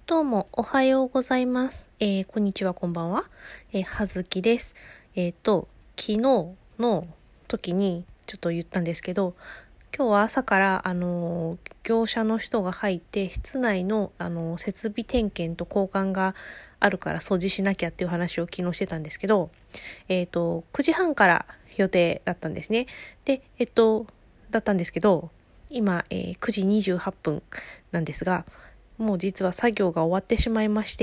どうも、おはようございます。こんにちは、こんばんは。はずきです。昨日の時にちょっと言ったんですけど、今日は朝から、業者の人が入って、室内の、設備点検と交換があるから掃除しなきゃっていう話を昨日してたんですけど、9時半から予定だったんですね。で、だったんですけど、今、9時28分なんですが、もう実は作業が終わってしまいまして、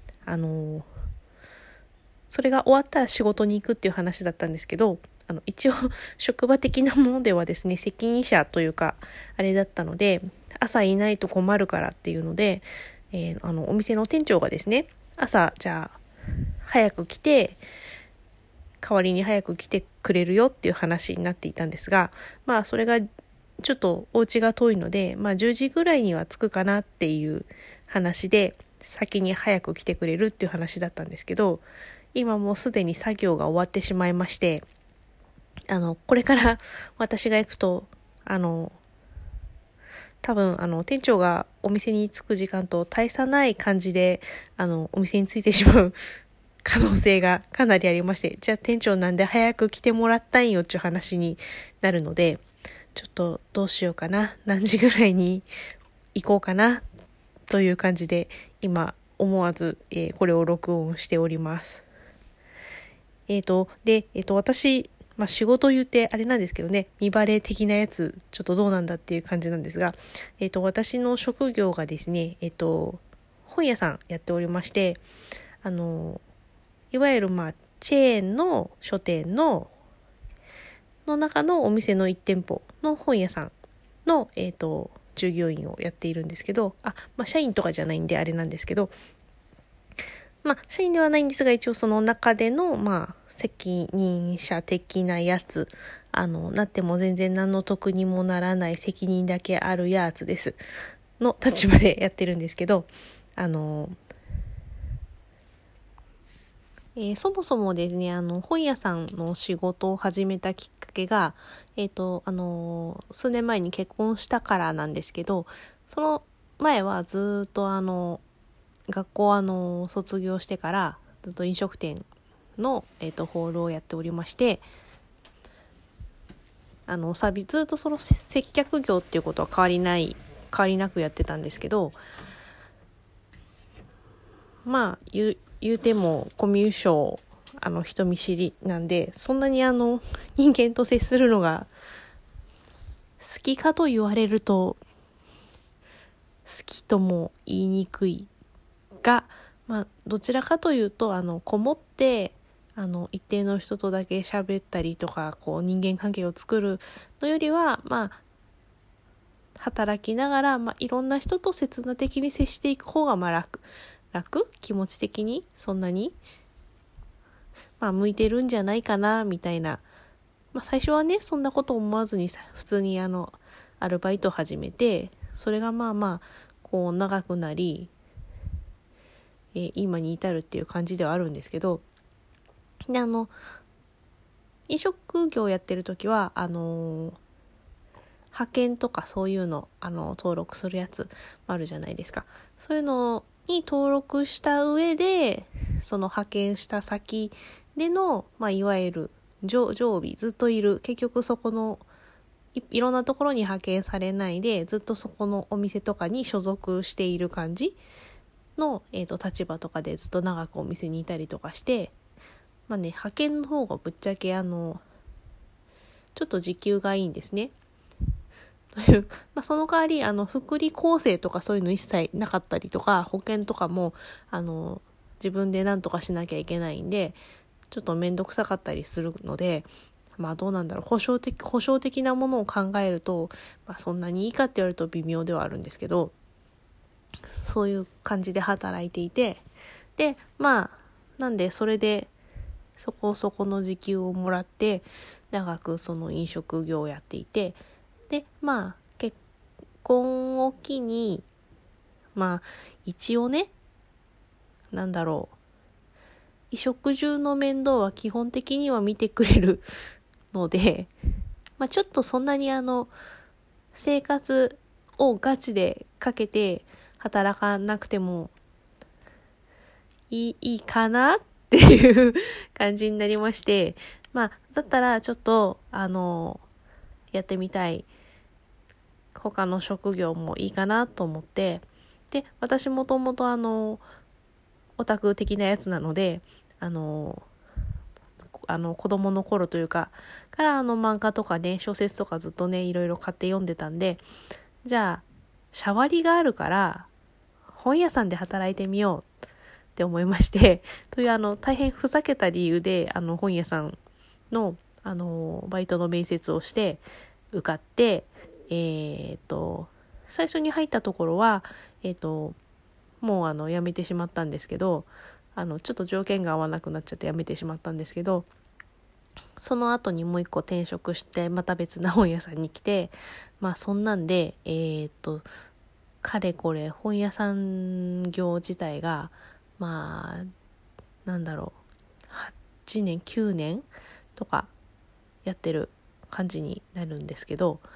それが終わったら仕事に行くっていう話だったんですけど、一応職場的なものではですね、責任者というか、あれだったので、朝いないと困るからっていうので、お店の店長がですね、朝、じゃあ、早く来て、代わりに早く来てくれるよっていう話になっていたんですが、まあ、それがちょっとお家が遠いので、まあ10時ぐらいには着くかなっていう話で、先に早く来てくれるっていう話だったんですけど、今もうすでに作業が終わってしまいまして、これから私が行くと、多分、店長がお店に着く時間と大差ない感じで、お店に着いてしまう可能性がかなりありまして、じゃあ店長なんで早く来てもらったんよっていう話になるので、ちょっとどうしようかな、何時ぐらいに行こうかなという感じで今思わず、これを録音しております。私、仕事言ってあれなんですけどね、見バレ的なやつちょっとどうなんだっていう感じなんですが、私の職業がですね、本屋さんやっておりまして、いわゆるチェーンの書店の中のお店の1店舗の本屋さんの、従業員をやっているんですけど、社員とかじゃないんであれなんですけど、社員ではないんですが、一応その中での、責任者的なやつ、なっても全然何の得にもならない責任だけあるやつです。の立場でやってるんですけど、そもそもですね、本屋さんの仕事を始めたきっかけが、数年前に結婚したからなんですけど、その前はずっと学校卒業してからずっと飲食店の、ホールをやっておりまして、ずっとその接客業っていうことは変わりなくやってたんですけど、言うてもコミュ障人見知りなんで、そんなに人間と接するのが好きかと言われると好きとも言いにくいが、どちらかというとこもって一定の人とだけ喋ったりとか人間関係を作るのよりは働きながらいろんな人と刹那的に接していく方が楽気持ち的にそんなに向いてるんじゃないかなみたいな、最初はねそんなこと思わずに普通にアルバイトを始めて、それが長くなり、今に至るっていう感じではあるんですけど、で飲食業やってる時は派遣とかそういうの登録するやつあるじゃないですか。そういうのに登録した上で、その派遣した先での、いわゆる常備、ずっといる、結局そこのいろんなところに派遣されないで、ずっとそこのお店とかに所属している感じの、立場とかでずっと長くお店にいたりとかして、派遣の方がぶっちゃけちょっと時給がいいんですね。という、その代わり福利厚生とかそういうの一切なかったりとか、保険とかも自分で何とかしなきゃいけないんで、ちょっとめんどくさかったりするので、どうなんだろう、保証的なものを考えると、そんなにいいかって言われると微妙ではあるんですけど、そういう感じで働いていて、でなんでそれでそこそこの時給をもらって長くその飲食業をやっていて、で結婚を機に一応ね、衣食住の面倒は基本的には見てくれるので、ちょっとそんなに生活をガチでかけて働かなくてもいいかなっていう感じになりまして、だったらちょっと、やってみたい他の職業もいいかなと思って、で、私もともとオタク的なやつなので、子供の頃というか、から漫画とかね、小説とかずっとね、いろいろ買って読んでたんで、じゃあ、シャワリがあるから、本屋さんで働いてみようって思いまして、という大変ふざけた理由で、本屋さんの、バイトの面接をして、受かって、最初に入ったところは、もう辞めてしまったんですけど、ちょっと条件が合わなくなっちゃって辞めてしまったんですけど、その後にもう一個転職してまた別な本屋さんに来て、そんなんでかれこれ本屋さん業自体が8年9年とかやってる感じになるんですけど、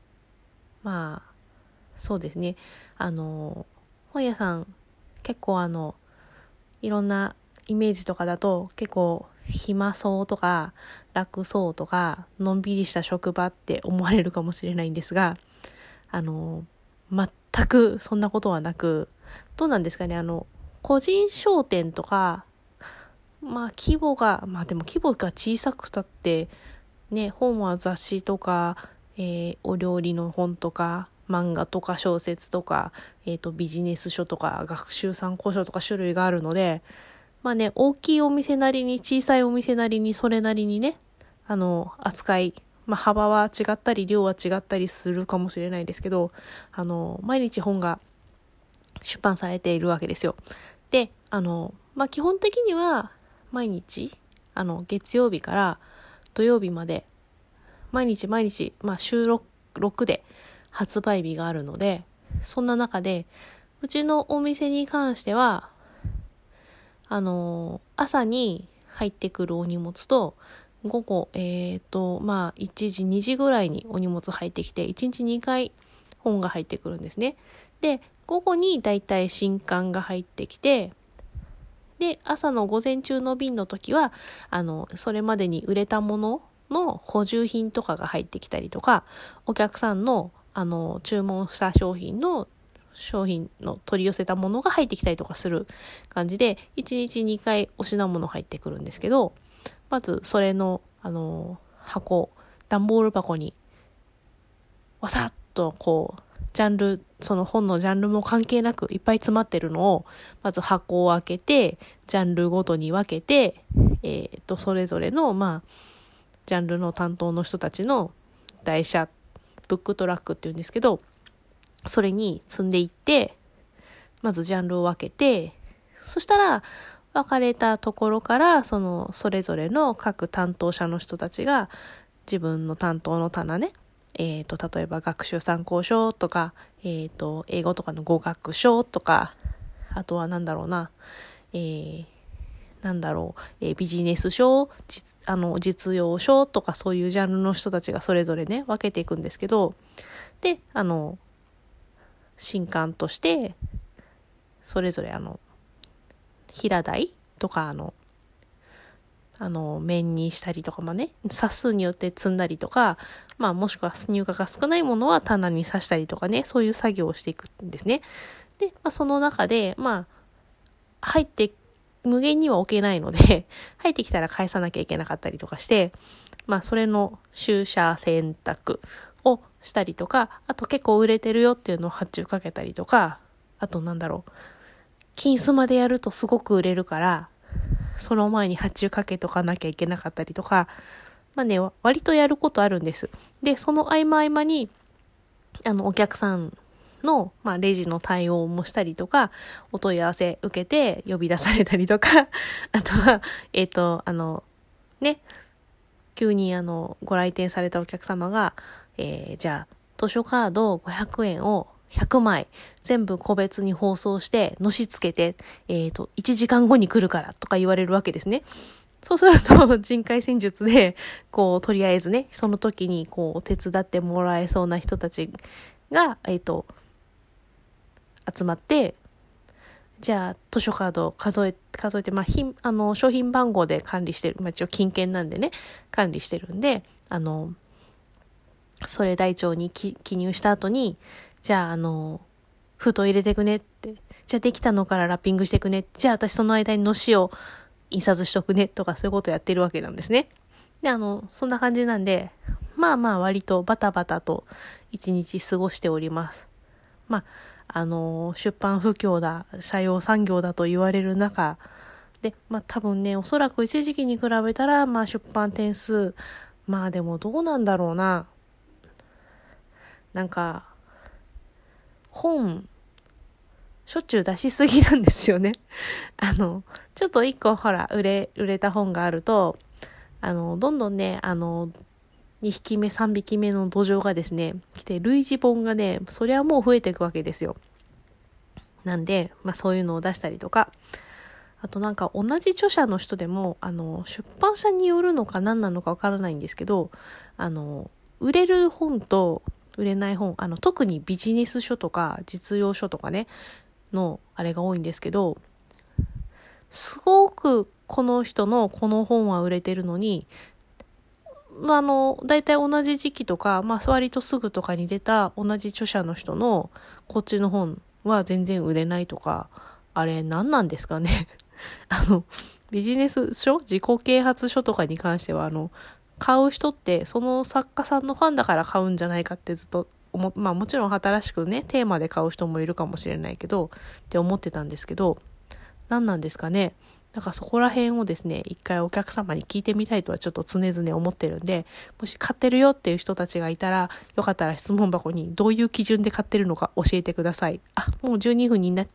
そうですね、本屋さん結構いろんなイメージとかだと結構暇そうとか楽そうとかのんびりした職場って思われるかもしれないんですが、全くそんなことはなく、どうなんですかね、個人商店とか、規模が小さくたってね、本は雑誌とか、お料理の本とか漫画とか小説とか、ビジネス書とか学習参考書とか種類があるので、大きいお店なりに小さいお店なりにそれなりにね、扱い、幅は違ったり量は違ったりするかもしれないですけど、毎日本が出版されているわけですよ。で、基本的には毎日、月曜日から土曜日まで、毎日、週6で発売日があるので、そんな中で、うちのお店に関しては、朝に入ってくるお荷物と、午後、1時、2時ぐらいにお荷物入ってきて、1日2回本が入ってくるんですね。で、午後にだいたい新刊が入ってきて、で、朝の午前中の便の時は、それまでに売れたものの補充品とかが入ってきたりとか、お客さんの、注文した商品の取り寄せたものが入ってきたりとかする感じで、1日2回お品物入ってくるんですけど、まずそれの、段ボール箱に、わさっとその本のジャンルも関係なくいっぱい詰まってるのを、まず箱を開けて、ジャンルごとに分けて、それぞれの、ジャンルの担当の人たちの台車、ブックトラックっていうんですけど、それに積んでいって、まずジャンルを分けて、そしたら、分かれたところから、それぞれの各担当者の人たちが、自分の担当の棚ね、例えば学習参考書とか、英語とかの語学書とか、あとはビジネス書、実用書とかそういうジャンルの人たちがそれぞれね、分けていくんですけど、で、新刊として、それぞれ平台とか面にしたりとか冊数によって積んだりとか、もしくは入荷が少ないものは棚に刺したりとかね、そういう作業をしていくんですね。で、その中で、無限には置けないので、入ってきたら返さなきゃいけなかったりとかして、それの取捨選択をしたりとか、あと結構売れてるよっていうのを発注かけたりとか、あと金スマでやるとすごく売れるから、その前に発注かけとかなきゃいけなかったりとか、割とやることあるんです。で、その合間に、お客さんの、レジの対応もしたりとか、お問い合わせ受けて呼び出されたりとか、あとは、急にご来店されたお客様が、じゃあ、図書カード500円を100枚全部個別に包装してのしつけて、1時間後に来るからとか言われるわけですね。そうすると人海戦術で、とりあえずね、その時に手伝ってもらえそうな人たちが、 集まって、じゃあ図書カードを数えて、商品番号で管理してる。一応金券なんでね、管理してるんで、それ台帳に記入した後に、じゃあ封筒入れてくねって。じゃあできたのからラッピングしてくね。じゃあ私その間にのしを印刷しとくねとかそういうことやってるわけなんですね。で、そんな感じなんで、割とバタバタと一日過ごしております。出版不況だ、社用産業だと言われる中で、多分ね、おそらく一時期に比べたら、出版点数、でもどうなんだろうな。なんか、本、しょっちゅう出しすぎなんですよね。ちょっと一個売れた本があると、どんどんね、2匹目、3匹目の土壌がですね、来て、類似本がね、それはもう増えていくわけですよ。なんで、そういうのを出したりとか、あとなんか同じ著者の人でも、出版社によるのか何なのかわからないんですけど、売れる本と売れない本、特にビジネス書とか実用書とかね、のあれが多いんですけど、すごくこの人のこの本は売れてるのに、だいたい同じ時期とか、割とすぐとかに出た同じ著者の人のこっちの本は全然売れないとか、あれ何なんですかね。ビジネス書、自己啓発書とかに関しては、買う人ってその作家さんのファンだから買うんじゃないかってずっともちろん新しくね、テーマで買う人もいるかもしれないけど、って思ってたんですけど、何なんですかね。そこら辺をですね、一回お客様に聞いてみたいとはちょっと常々思ってるんで、もし買ってるよっていう人たちがいたら、よかったら質問箱にどういう基準で買ってるのか教えてください。もう12分になっちゃう。